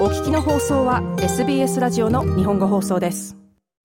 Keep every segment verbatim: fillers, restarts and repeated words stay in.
お聞きの放送は エスビーエス ラジオの日本語放送です。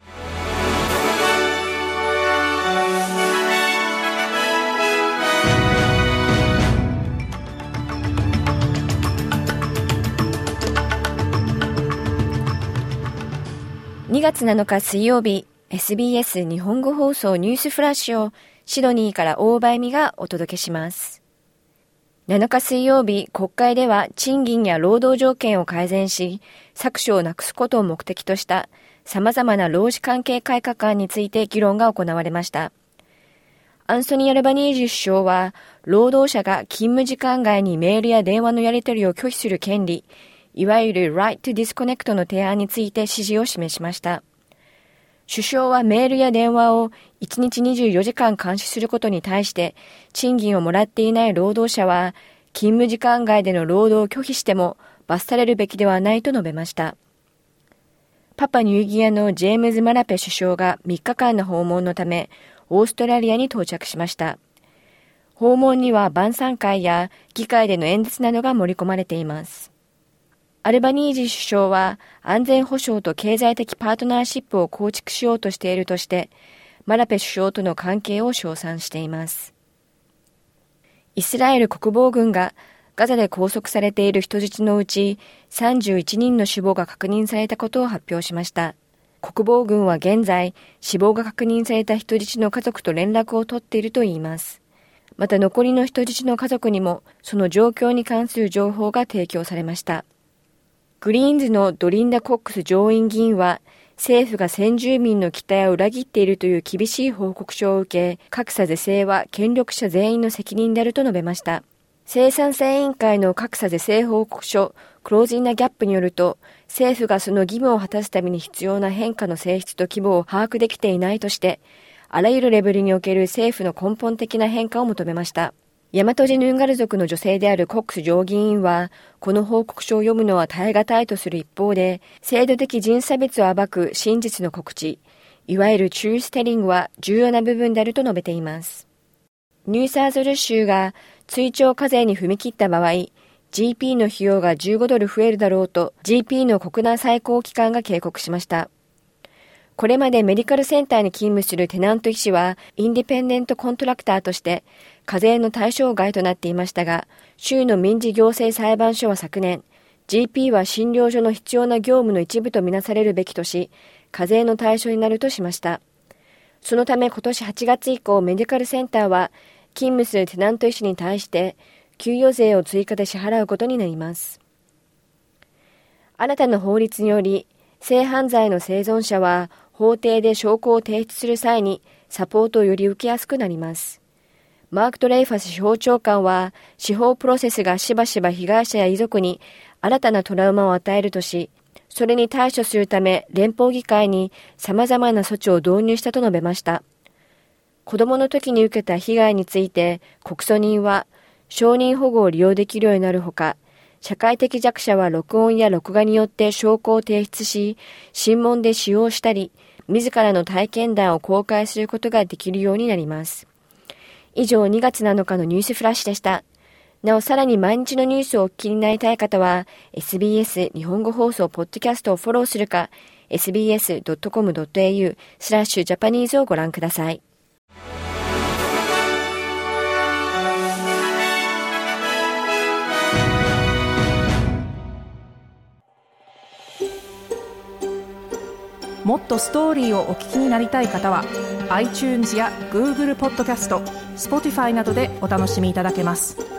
にがつなのか水曜日、 エスビーエス 日本語放送ニュースフラッシュをシドニーから大場恵美がお届けします。なのか水曜日、国会では賃金や労働条件を改善し、搾取をなくすことを目的とした様々な労使関係改革案について議論が行われました。アンソニー・アルバニージー首相は、労働者が勤務時間外にメールや電話のやり取りを拒否する権利、いわゆる Right to Disconnect の提案について支持を示しました。首相はメールや電話をいちにちにじゅうよじかん監視することに対して、賃金をもらっていない労働者は、勤務時間外での労働を拒否しても罰されるべきではないと述べました。パパニューギアのジェームズ・マラペ首相がみっかかんの訪問のため、オーストラリアに到着しました。訪問には晩餐会や議会での演説などが盛り込まれています。アルバニージー首相は安全保障と経済的パートナーシップを構築しようとしているとして、マラペ首相との関係を称賛しています。イスラエル国防軍がガザで拘束されている人質のうちさんじゅういちにんの死亡が確認されたことを発表しました。国防軍は現在、死亡が確認された人質の家族と連絡を取っているといいます。また残りの人質の家族にもその状況に関する情報が提供されました。グリーンズのドリンダ・コックス上院議員は、政府が先住民の期待を裏切っているという厳しい報告書を受け、格差是正は権力者全員の責任であると述べました。生産性委員会の格差是正報告書、クロージング・ギャップによると、政府がその義務を果たすために必要な変化の性質と規模を把握できていないとして、あらゆるレベルにおける政府の根本的な変化を求めました。ヤマトジヌンガル族の女性であるコックス上議員は、この報告書を読むのは耐え難いとする一方で、制度的人差別を暴く真実の告知、いわゆるトゥルーステリングは重要な部分であると述べています。ニューサーズル州が追徴課税に踏み切った場合、ジーピー の費用がじゅうごドル増えるだろうと ジーピー の国内最高機関が警告しました。これまでメディカルセンターに勤務するテナント医師はインディペンデントコントラクターとして課税の対象外となっていましたが、州の民事行政裁判所は昨年、ジーピー は診療所の必要な業務の一部とみなされるべきとし、課税の対象になるとしました。そのため今年はちがつ以降、メディカルセンターは勤務するテナント医師に対して給与税を追加で支払うことになります。新たな法律により、性犯罪の生存者は法廷で証拠を提出する際にサポートをより受けやすくなります。マーク・ドレイファス司法長官は、司法プロセスがしばしば被害者や遺族に新たなトラウマを与えるとし、それに対処するため連邦議会に様々な措置を導入したと述べました。子供の時に受けた被害について、告訴人は証人保護を利用できるようになるほか、社会的弱者は録音や録画によって証拠を提出し、審問で使用したり、自らの体験談を公開することができるようになります。以上、にがつなのかのニュースフラッシュでした。なお、さらに毎日のニュースをお聞きになりたい方は、エスビーエス 日本語放送ポッドキャストをフォローするか、エスビーエスドットコムドットエーユー スラッシュジャパニーズをご覧ください。 もっとストーリーをお聞きになりたい方は iTunes や Google ポッドキャスト、Spotify などでお楽しみいただけます。